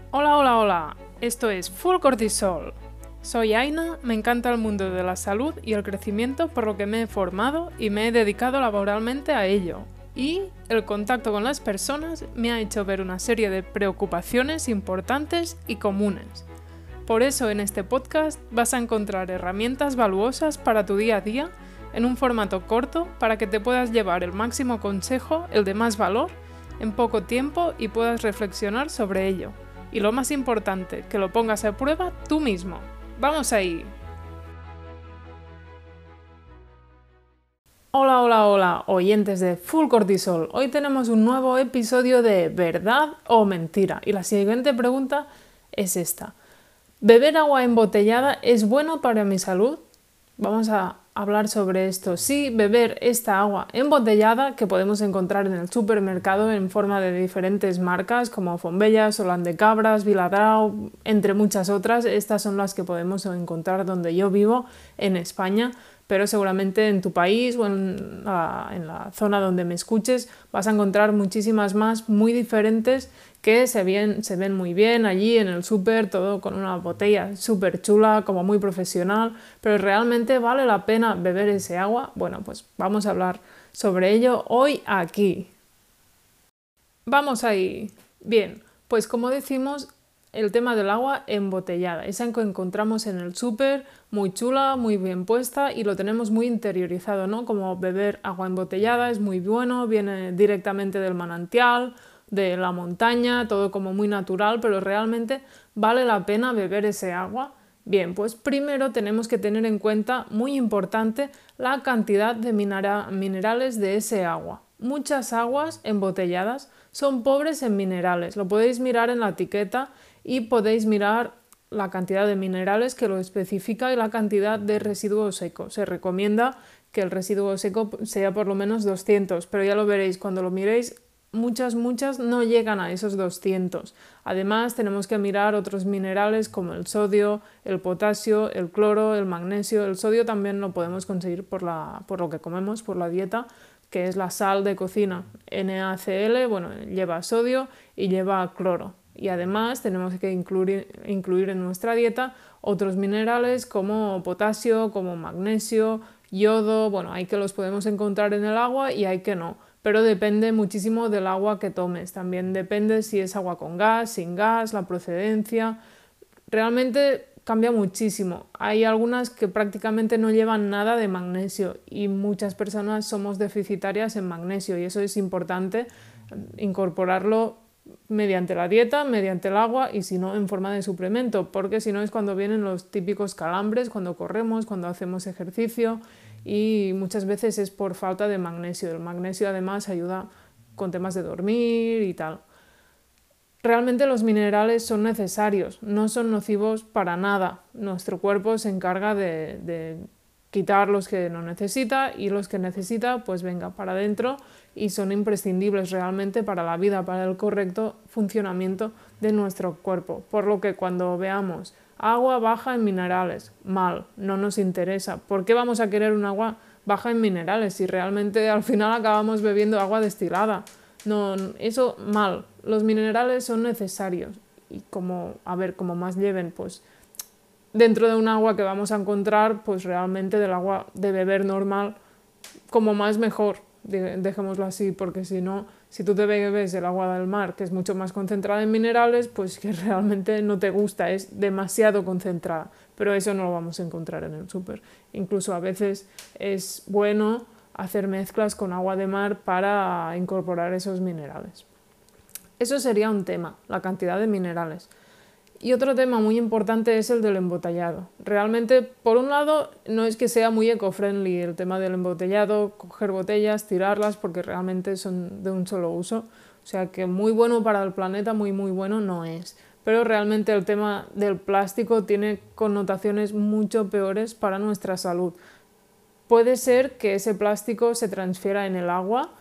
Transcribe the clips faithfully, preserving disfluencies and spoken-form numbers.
Hola, hola, hola. Esto es Full Cortisol. Soy Aina, me encanta el mundo de la salud y el crecimiento, por lo que me he formado y me he dedicado laboralmente a ello. Y el contacto con las personas me ha hecho ver una serie de preocupaciones importantes y comunes. Por eso en este podcast vas a encontrar herramientas valuosas para tu día a día en un formato corto para que te puedas llevar el máximo consejo, el de más valor, en poco tiempo y puedas reflexionar sobre ello. Y lo más importante, que lo pongas a prueba tú mismo. ¡Vamos ahí! Hola, hola, hola, oyentes de Full Cortisol. Hoy tenemos un nuevo episodio de ¿verdad o mentira? Y la siguiente pregunta es esta. ¿Beber agua embotellada es bueno para mi salud? Vamos a hablar sobre esto. Sí, beber esta agua embotellada que podemos encontrar en el supermercado en forma de diferentes marcas como Fombella, Solán de Cabras, Viladrau, entre muchas otras. Estas son las que podemos encontrar donde yo vivo, en España, pero seguramente en tu país o en la, en la zona donde me escuches vas a encontrar muchísimas más muy diferentes que se, bien, se ven muy bien allí en el súper, todo con una botella súper chula, como muy profesional, pero realmente vale la pena beber ese agua. Bueno, pues vamos a hablar sobre ello hoy aquí. Vamos ahí. Bien, pues como decimos, el tema del agua embotellada, esa que encontramos en el súper, muy chula, muy bien puesta y lo tenemos muy interiorizado, ¿no? Como beber agua embotellada es muy bueno, viene directamente del manantial, de la montaña, todo como muy natural, pero realmente vale la pena beber ese agua. Bien, pues primero tenemos que tener en cuenta, muy importante, la cantidad de minera- minerales de ese agua. Muchas aguas embotelladas son pobres en minerales, lo podéis mirar en la etiqueta y podéis mirar la cantidad de minerales que lo especifica y la cantidad de residuo seco. Se recomienda que el residuo seco sea por lo menos doscientos, pero ya lo veréis cuando lo miréis, muchas, muchas no llegan a esos doscientos. Además, tenemos que mirar otros minerales como el sodio, el potasio, el cloro, el magnesio. El sodio también lo podemos conseguir por, la, por lo que comemos, por la dieta, que es la sal de cocina. NaCl, bueno, lleva sodio y lleva cloro. Y además tenemos que incluir, incluir en nuestra dieta otros minerales como potasio, como magnesio, yodo. Bueno, hay que los podemos encontrar en el agua y hay que no, pero depende muchísimo del agua que tomes. También depende si es agua con gas, sin gas, la procedencia. Realmente cambia muchísimo. Hay algunas que prácticamente no llevan nada de magnesio y muchas personas somos deficitarias en magnesio y eso es importante incorporarlo mediante la dieta, mediante el agua y si no en forma de suplemento, porque si no es cuando vienen los típicos calambres, cuando corremos, cuando hacemos ejercicio y muchas veces es por falta de magnesio. El magnesio además ayuda con temas de dormir y tal. Realmente los minerales son necesarios, no son nocivos para nada. Nuestro cuerpo se encarga de, de quitar los que no necesita y los que necesita, pues venga para adentro y son imprescindibles realmente para la vida, para el correcto funcionamiento de nuestro cuerpo. Por lo que cuando veamos agua baja en minerales, mal, no nos interesa. ¿Por qué vamos a querer un agua baja en minerales si realmente al final acabamos bebiendo agua destilada? No, eso mal. Los minerales son necesarios y como, a ver, como más lleven, pues dentro de un agua que vamos a encontrar, pues realmente del agua de beber normal, como más mejor, dejémoslo así, porque si no, si tú te bebes el agua del mar, que es mucho más concentrada en minerales, pues que realmente no te gusta, es demasiado concentrada, pero eso no lo vamos a encontrar en el súper. Incluso a veces es bueno hacer mezclas con agua de mar para incorporar esos minerales. Eso sería un tema, la cantidad de minerales. Y otro tema muy importante es el del embotellado. Realmente, por un lado, no es que sea muy eco-friendly el tema del embotellado, coger botellas, tirarlas, porque realmente son de un solo uso. O sea que muy bueno para el planeta, muy muy bueno no es. Pero realmente el tema del plástico tiene connotaciones mucho peores para nuestra salud. Puede ser que ese plástico se transfiera en el agua.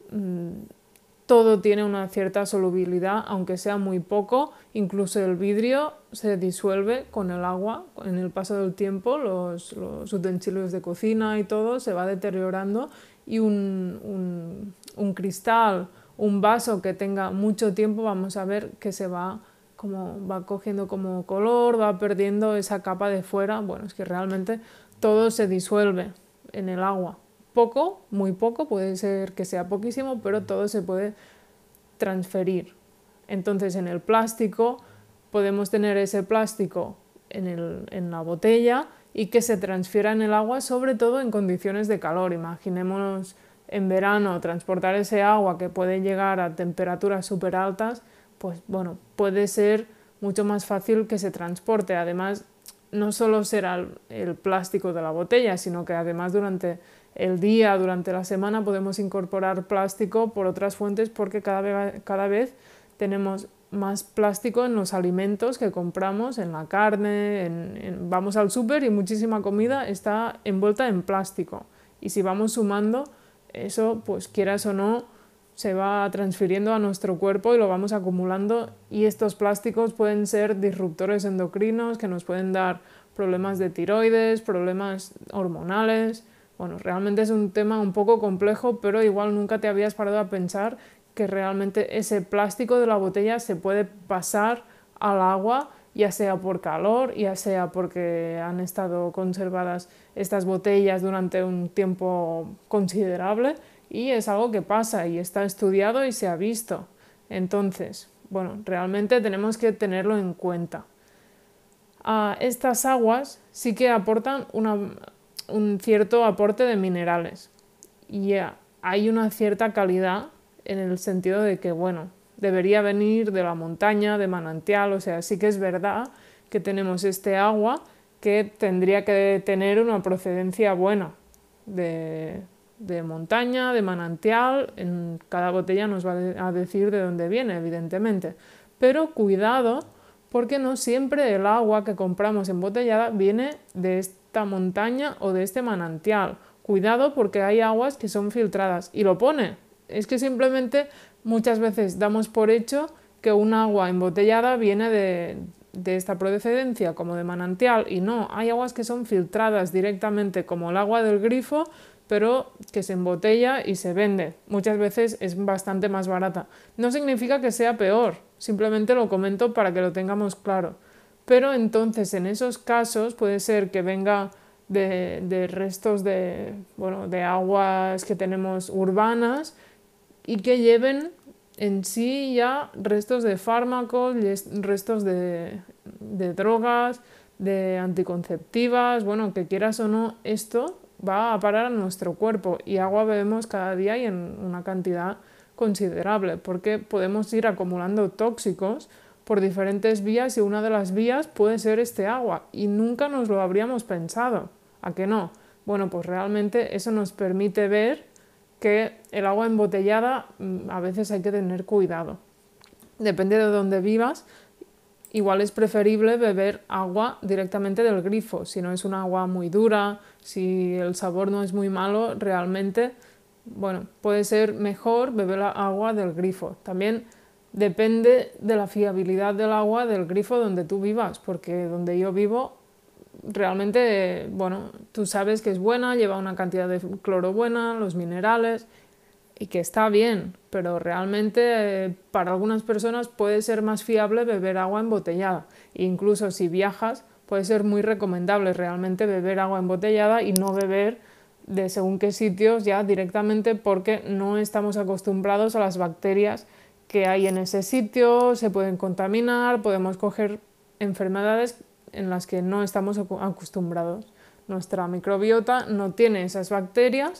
Todo tiene una cierta solubilidad, aunque sea muy poco. Incluso el vidrio se disuelve con el agua. En el paso del tiempo, los, los utensilios de cocina y todo se va deteriorando y un, un, un cristal, un vaso que tenga mucho tiempo, vamos a ver que se va como va cogiendo como color, va perdiendo esa capa de fuera. Bueno, es que realmente todo se disuelve en el agua. Poco, muy poco, puede ser que sea poquísimo, pero todo se puede transferir. Entonces en el plástico podemos tener ese plástico en, el, en la botella y que se transfiera en el agua, sobre todo en condiciones de calor. Imaginémonos en verano transportar ese agua que puede llegar a temperaturas súper altas, pues bueno, puede ser mucho más fácil que se transporte. Además, no solo será el, el plástico de la botella, sino que además durante el día, durante la semana, podemos incorporar plástico por otras fuentes, porque cada vez, cada vez tenemos más plástico en los alimentos que compramos, en la carne, en, en, vamos al súper y muchísima comida está envuelta en plástico. Y si vamos sumando, eso, pues quieras o no, se va transfiriendo a nuestro cuerpo y lo vamos acumulando, y estos plásticos pueden ser disruptores endocrinos que nos pueden dar problemas de tiroides, problemas hormonales. Bueno, realmente es un tema un poco complejo, pero igual nunca te habías parado a pensar que realmente ese plástico de la botella se puede pasar al agua, ya sea por calor, ya sea porque han estado conservadas estas botellas durante un tiempo considerable, y es algo que pasa y está estudiado y se ha visto. Entonces, bueno, realmente tenemos que tenerlo en cuenta. Uh, estas aguas sí que aportan una, un cierto aporte de minerales y uh, hay una cierta calidad, en el sentido de que, bueno, debería venir de la montaña, de manantial. O sea, sí que es verdad que tenemos este agua que tendría que tener una procedencia buena, de, de montaña, de manantial. En cada botella nos va a decir de dónde viene, evidentemente, pero cuidado, porque no siempre el agua que compramos embotellada viene de esta montaña o de este manantial. Cuidado, porque hay aguas que son filtradas y lo pone. Es que simplemente muchas veces damos por hecho que un agua embotellada viene de, de esta procedencia, como de manantial, y no, hay aguas que son filtradas directamente, como el agua del grifo, pero que se embotella y se vende. Muchas veces es bastante más barata. No significa que sea peor, simplemente lo comento para que lo tengamos claro. Pero entonces en esos casos puede ser que venga de, de restos de, bueno, de aguas que tenemos urbanas, y que lleven en sí ya restos de fármacos, restos de, de drogas, de anticonceptivas. Bueno, que quieras o no, esto va a parar a nuestro cuerpo, y agua bebemos cada día y en una cantidad considerable, porque podemos ir acumulando tóxicos por diferentes vías, y una de las vías puede ser este agua, y nunca nos lo habríamos pensado. ¿A qué no? Bueno, pues realmente eso nos permite ver que el agua embotellada a veces hay que tener cuidado. Depende de dónde vivas, igual es preferible beber agua directamente del grifo. Si no es un agua muy dura, si el sabor no es muy malo, realmente, bueno, puede ser mejor beber agua del grifo. También depende de la fiabilidad del agua del grifo donde tú vivas, porque donde yo vivo, realmente, bueno, tú sabes que es buena, lleva una cantidad de cloro buena, los minerales, y que está bien, pero realmente eh, para algunas personas puede ser más fiable beber agua embotellada. E incluso si viajas, puede ser muy recomendable realmente beber agua embotellada y no beber de según qué sitios ya directamente, porque no estamos acostumbrados a las bacterias que hay en ese sitio, se pueden contaminar, podemos coger enfermedades en las que no estamos acostumbrados. Nuestra microbiota no tiene esas bacterias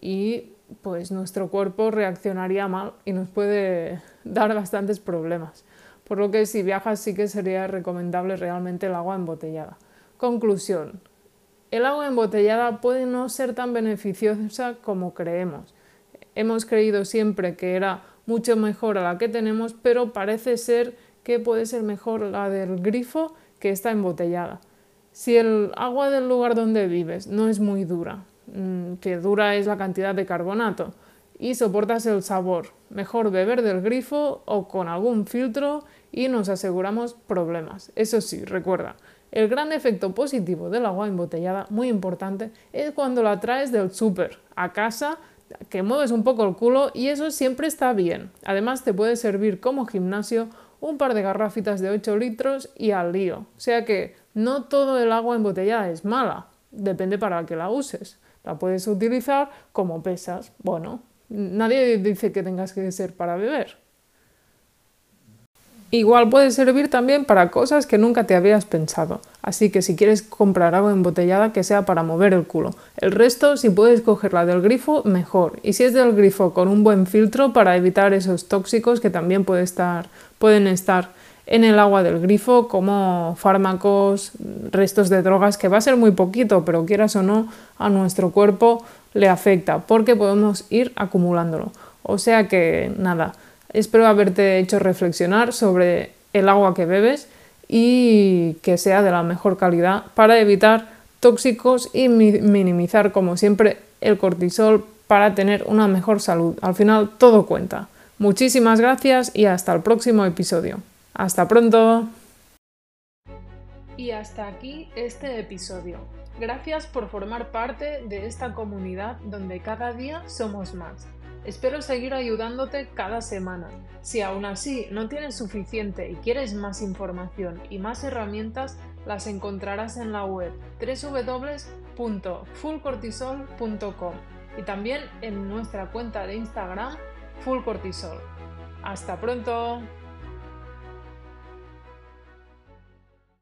y pues nuestro cuerpo reaccionaría mal y nos puede dar bastantes problemas. Por lo que si viajas sí que sería recomendable realmente el agua embotellada. Conclusión. El agua embotellada puede no ser tan beneficiosa como creemos. Hemos creído siempre que era mucho mejor a la que tenemos, pero parece ser que puede ser mejor la del grifo que está embotellada. Si el agua del lugar donde vives no es muy dura, que dura es la cantidad de carbonato, y soportas el sabor, mejor beber del grifo o con algún filtro y nos aseguramos problemas. Eso sí, recuerda, el gran efecto positivo del agua embotellada, muy importante, es cuando la traes del súper a casa, que mueves un poco el culo, y eso siempre está bien. Además te puede servir como gimnasio un par de garrafitas de ocho litros y al lío. O sea que no todo el agua embotellada es mala, depende para qué la uses. La puedes utilizar como pesas. Bueno, nadie dice que tengas que ser para beber. Igual puede servir también para cosas que nunca te habías pensado. Así que si quieres comprar agua embotellada, que sea para mover el culo. El resto, si puedes cogerla del grifo, mejor. Y si es del grifo, con un buen filtro para evitar esos tóxicos que también puede estar, pueden estar en el agua del grifo, como fármacos, restos de drogas, que va a ser muy poquito, pero quieras o no, a nuestro cuerpo le afecta, porque podemos ir acumulándolo. O sea que nada. Espero haberte hecho reflexionar sobre el agua que bebes y que sea de la mejor calidad para evitar tóxicos y minimizar, como siempre, el cortisol para tener una mejor salud. Al final todo cuenta. Muchísimas gracias y hasta el próximo episodio. ¡Hasta pronto! Y hasta aquí este episodio. Gracias por formar parte de esta comunidad donde cada día somos más. Espero seguir ayudándote cada semana. Si aún así no tienes suficiente y quieres más información y más herramientas, las encontrarás en la web doble u doble u doble u punto full cortisol punto com y también en nuestra cuenta de Instagram full cortisol. ¡Hasta pronto!